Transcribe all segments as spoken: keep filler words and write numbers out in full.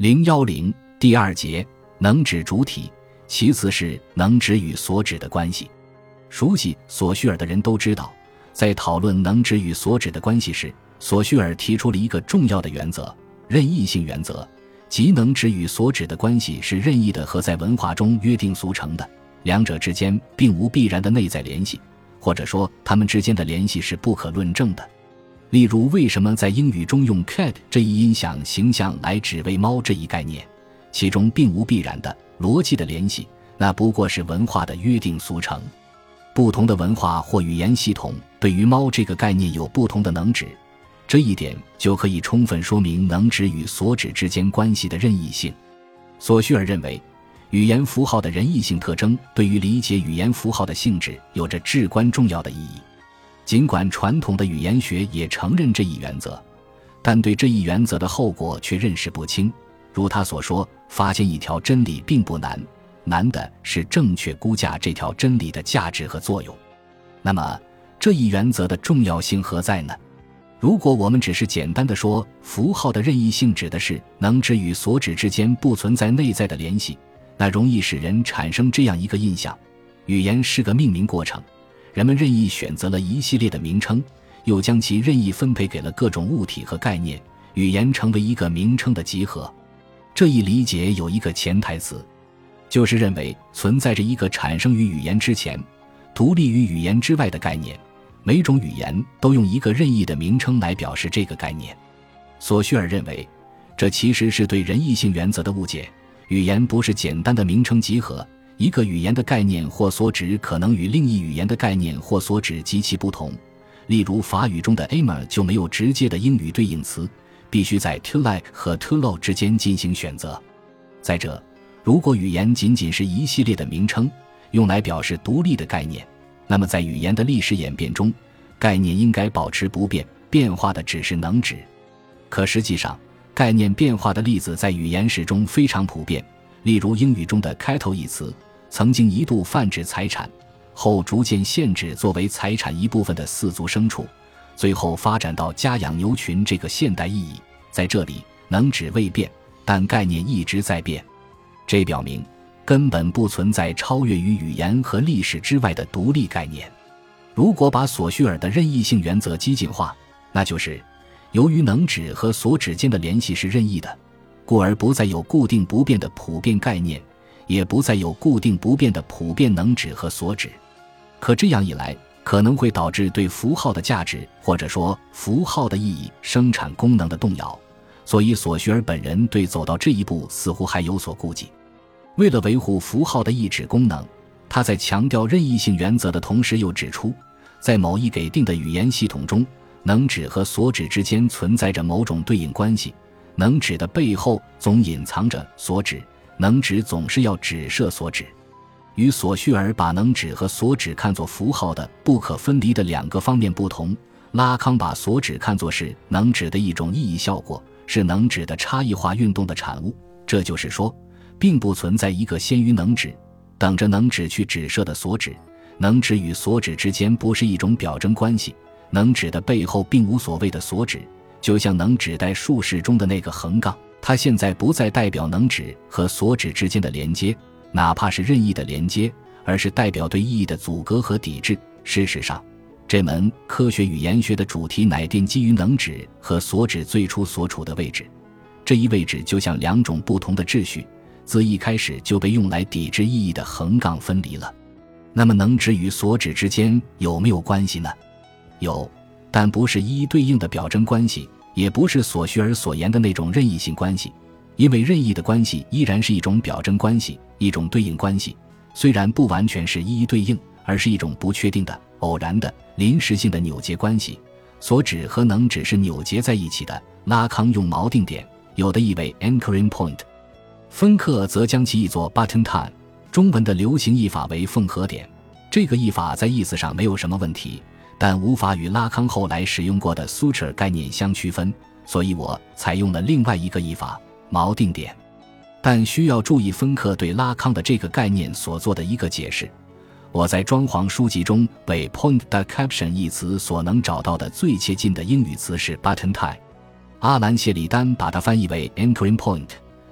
零一零第二节，能指主体，其次是能指与所指的关系。熟悉索绪尔的人都知道，在讨论能指与所指的关系时，索绪尔提出了一个重要的原则，任意性原则，即能指与所指的关系是任意的和在文化中约定俗成的，两者之间并无必然的内在联系，或者说它们之间的联系是不可论证的。例如，为什么在英语中用 cat 这一音响形象来指谓猫这一概念，其中并无必然的逻辑的联系，那不过是文化的约定俗成。不同的文化或语言系统对于猫这个概念有不同的能指，这一点就可以充分说明能指与所指之间关系的任意性。索绪尔认为，语言符号的任意性特征对于理解语言符号的性质有着至关重要的意义。尽管传统的语言学也承认这一原则，但对这一原则的后果却认识不清。如他所说，发现一条真理并不难，难的是正确估价这条真理的价值和作用。那么，这一原则的重要性何在呢？如果我们只是简单地说，符号的任意性指的是能指与所指之间不存在内在的联系，那容易使人产生这样一个印象：语言是个命名过程，人们任意选择了一系列的名称，又将其任意分配给了各种物体和概念，语言成为一个名称的集合。这一理解有一个潜台词，就是认为存在着一个产生于语言之前，独立于语言之外的概念，每种语言都用一个任意的名称来表示这个概念。索绪尔认为，这其实是对任意性原则的误解。语言不是简单的名称集合，一个语言的概念或所指可能与另一语言的概念或所指极其不同。例如，法语中的 aimer 就没有直接的英语对应词，必须在 to like 和 to love 之间进行选择。再者，如果语言仅仅是一系列的名称，用来表示独立的概念，那么在语言的历史演变中，概念应该保持不变，变化的只是能指。可实际上，概念变化的例子在语言史中非常普遍。例如，英语中的 cattle 一词曾经一度泛指财产，后逐渐限制作为财产一部分的四足牲畜，最后发展到家养牛群这个现代意义。在这里，能指未变，但概念一直在变。这表明根本不存在超越于语言和历史之外的独立概念。如果把索绪尔的任意性原则激进化，那就是由于能指和所指间的联系是任意的，故而不再有固定不变的普遍概念，也不再有固定不变的普遍能指和所指。可这样一来，可能会导致对符号的价值，或者说符号的意义、生产功能的动摇。所以索绪尔本人对走到这一步似乎还有所顾忌。为了维护符号的意指功能，他在强调任意性原则的同时又指出，在某一给定的语言系统中，能指和所指之间存在着某种对应关系，能指的背后总隐藏着所指，能指总是要指涉所指。与索绪尔把能指和所指看作符号的不可分离的两个方面不同，拉康把所指看作是能指的一种意义效果，是能指的差异化运动的产物。这就是说，并不存在一个先于能指，等着能指去指涉的所指，能指与所指之间不是一种表征关系，能指的背后并无所谓的所指，就像能指代数式中的那个横杠，它现在不再代表能指和所指之间的连接，哪怕是任意的连接，而是代表对意义的阻隔和抵制。事实上，这门科学语言学的主题乃奠基于能指和所指最初所处的位置，这一位置就像两种不同的秩序，自一开始就被用来抵制意义的横杠分离了。那么能指与所指之间有没有关系呢？有，但不是一一对应的表征关系，也不是索绪尔所言的那种任意性关系。因为任意的关系依然是一种表征关系，一种对应关系，虽然不完全是一一对应，而是一种不确定的、偶然的、临时性的扭结关系。所指和能指是扭结在一起的，拉康用锚定点，有的译为 anchoring point， 芬克则将其译作 button time， 中文的流行译法为缝合点。这个译法在意思上没有什么问题，但无法与拉康后来使用过的 suture 概念相区分，所以我采用了另外一个译法，锚定点。但需要注意芬克对拉康的这个概念所做的一个解释。我在装潢书籍中为 point de caption 一词所能找到的最接近的英语词是 button tie， 阿兰谢里丹把它翻译为 anchoring point，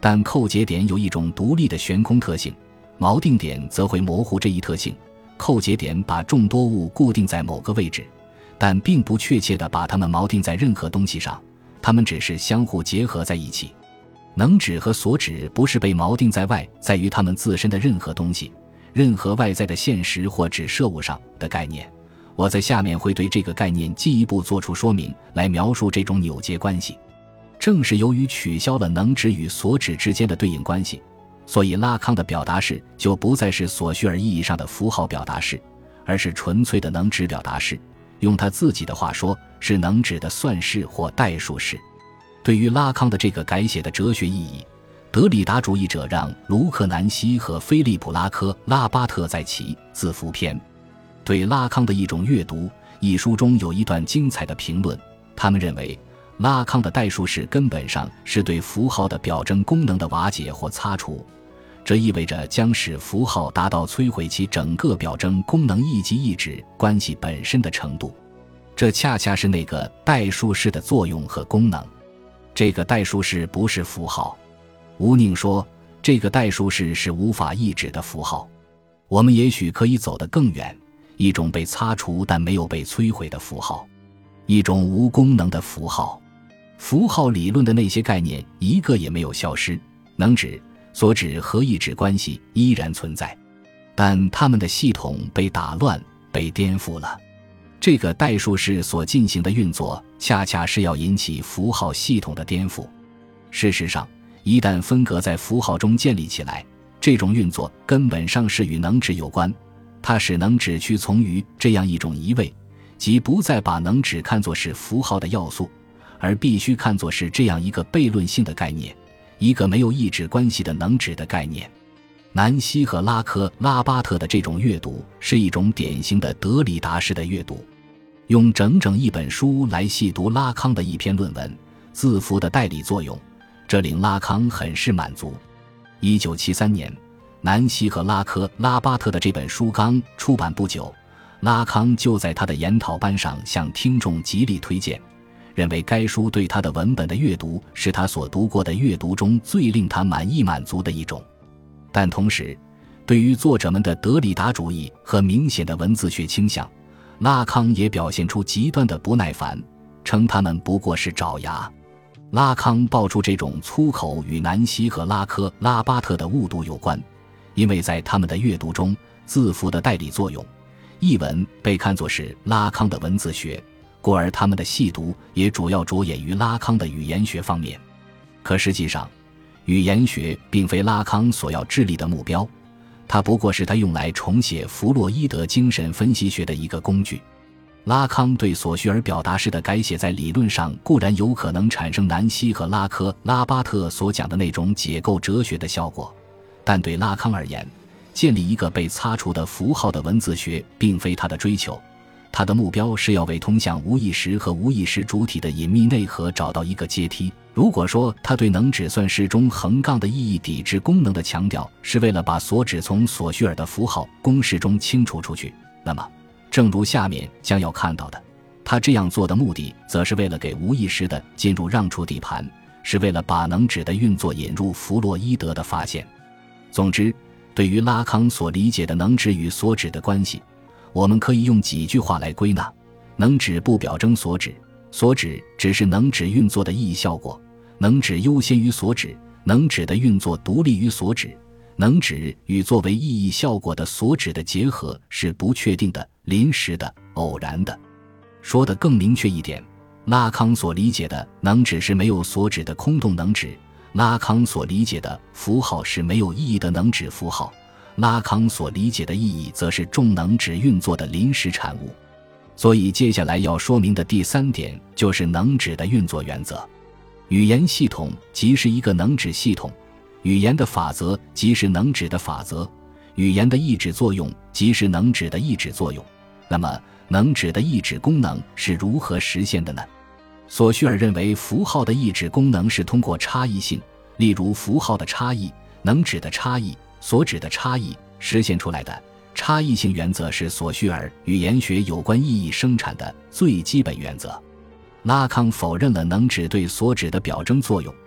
但扣节点有一种独立的悬空特性，锚定点则会模糊这一特性。扣节点把众多物固定在某个位置，但并不确切地把它们锚定在任何东西上，它们只是相互结合在一起。能指和所指不是被锚定在外在于它们自身的任何东西，任何外在的现实或指涉物上的概念。我在下面会对这个概念进一步做出说明，来描述这种扭结关系。正是由于取消了能指与所指之间的对应关系，所以拉康的表达式就不再是索绪尔意义上的符号表达式，而是纯粹的能指表达式。用他自己的话说，是能指的算式或代数式。对于拉康的这个改写的哲学意义，德里达主义者让卢克南西和菲利普拉科拉巴特在其字符篇对拉康的一种阅读一书中有一段精彩的评论。他们认为拉康的代数式根本上是对符号的表征功能的瓦解或擦除，这意味着将使符号达到摧毁其整个表征功能意即意指关系本身的程度。这恰恰是那个代数式的作用和功能。这个代数式不是符号。吴宁说，这个代数式是无法意指的符号。我们也许可以走得更远，一种被擦除但没有被摧毁的符号，一种无功能的符号。符号理论的那些概念一个也没有消失，能指、所指和意指关系依然存在，但它们的系统被打乱、被颠覆了。这个代数式所进行的运作恰恰是要引起符号系统的颠覆。事实上，一旦分隔在符号中建立起来，这种运作根本上是与能指有关，它使能指屈从于这样一种移位，即不再把能指看作是符号的要素，而必须看作是这样一个悖论性的概念，一个没有意指关系的能指的概念。南希和拉科拉巴特的这种阅读是一种典型的德里达式的阅读，用整整一本书来细读拉康的一篇论文《字符的代理作用》，这令拉康很是满足。一九七三年，南希和拉科拉巴特的这本书刚出版不久，拉康就在他的研讨班上向听众极力推荐，认为该书对他的文本的阅读是他所读过的阅读中最令他满意满足的一种。但同时，对于作者们的德里达主义和明显的文字学倾向，拉康也表现出极端的不耐烦，称他们不过是爪牙。拉康爆出这种粗口与南希和拉科拉巴特的误读有关，因为在他们的阅读中，字符的代理作用译文被看作是拉康的文字学，故而他们的细读也主要着眼于拉康的语言学方面。可实际上，语言学并非拉康所要致力的目标，它不过是他用来重写弗洛伊德精神分析学的一个工具。拉康对索绪尔表达式的改写在理论上固然有可能产生南希和拉科拉巴特所讲的那种解构哲学的效果，但对拉康而言，建立一个被擦除的符号的文字学并非他的追求，他的目标是要为通向无意识和无意识主体的隐秘内核找到一个阶梯。如果说他对能指算式中横杠的意义抵制功能的强调是为了把所指从索绪尔的符号公式中清除出去，那么正如下面将要看到的，他这样做的目的则是为了给无意识的进入让出地盘，是为了把能指的运作引入弗洛伊德的发现。总之，对于拉康所理解的能指与所指的关系，我们可以用几句话来归纳：能指不表征所指，所指只是能指运作的意义效果，能指优先于所指，能指的运作独立于所指，能指与作为意义效果的所指的结合是不确定的、临时的、偶然的。说得更明确一点，拉康所理解的能指是没有所指的空洞能指，拉康所理解的符号是没有意义的能指符号，拉康所理解的意义则是众能指运作的临时产物。所以接下来要说明的第三点就是能指的运作原则。语言系统即是一个能指系统，语言的法则即是能指的法则，语言的意指作用即是能指的意指作用。那么能指的意指功能是如何实现的呢？索绪尔认为符号的意指功能是通过差异性，例如符号的差异、能指的差异、所指的差异实现出来的。差异性原则是索绪尔语言学有关意义生产的最基本原则。拉康否认了能指对所指的表征作用，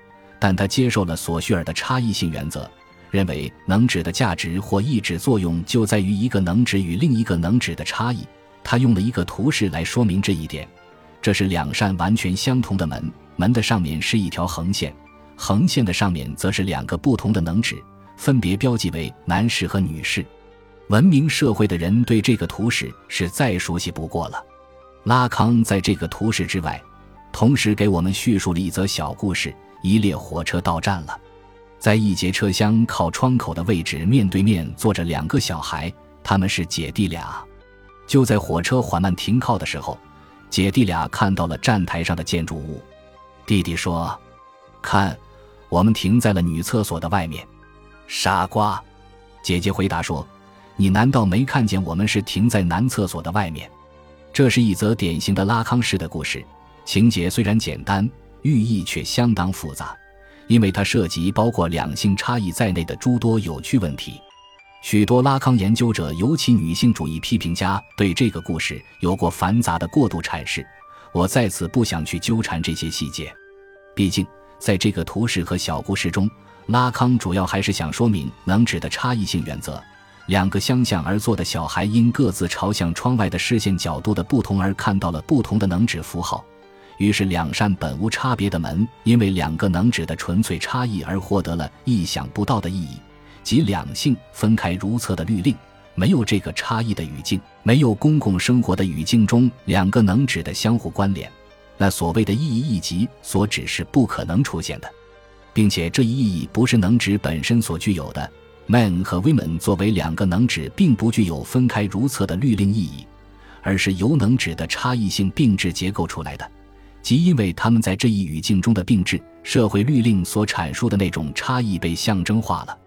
但他接受了索绪尔的差异性原则，认为能指的价值或抑制作用就在于一个能指与另一个能指的差异。他用了一个图示来说明这一点，这是两扇完全相同的门，门的上面是一条横线，横线的上面则是两个不同的能指，分别标记为男士和女士。文明社会的人对这个图示是再熟悉不过了。拉康在这个图示之外，同时给我们叙述了一则小故事。一列火车到站了，在一节车厢靠窗口的位置面对面坐着两个小孩，他们是姐弟俩。就在火车缓慢停靠的时候，姐弟俩看到了站台上的建筑物。弟弟说：看，我们停在了女厕所的外面。傻瓜，姐姐回答说，你难道没看见我们是停在男厕所的外面？这是一则典型的拉康式的故事，情节虽然简单，寓意却相当复杂，因为它涉及包括两性差异在内的诸多有趣问题。许多拉康研究者，尤其女性主义批评家，对这个故事有过繁杂的过度阐释，我在此不想去纠缠这些细节。毕竟在这个图示和小故事中，拉康主要还是想说明能指的差异性原则。两个相向而坐的小孩因各自朝向窗外的视线角度的不同而看到了不同的能指符号，于是两扇本无差别的门因为两个能指的纯粹差异而获得了意想不到的意义，即两性分开如厕的律令。没有这个差异的语境，没有公共生活的语境中两个能指的相互关联，那所谓的意义一级所指是不可能出现的，并且这一意义不是能指本身所具有的。 man 和 women 作为两个能指并不具有分开如厕的律令意义，而是由能指的差异性并置结构出来的，即因为它们在这一语境中的并置，社会律令所阐述的那种差异被象征化了。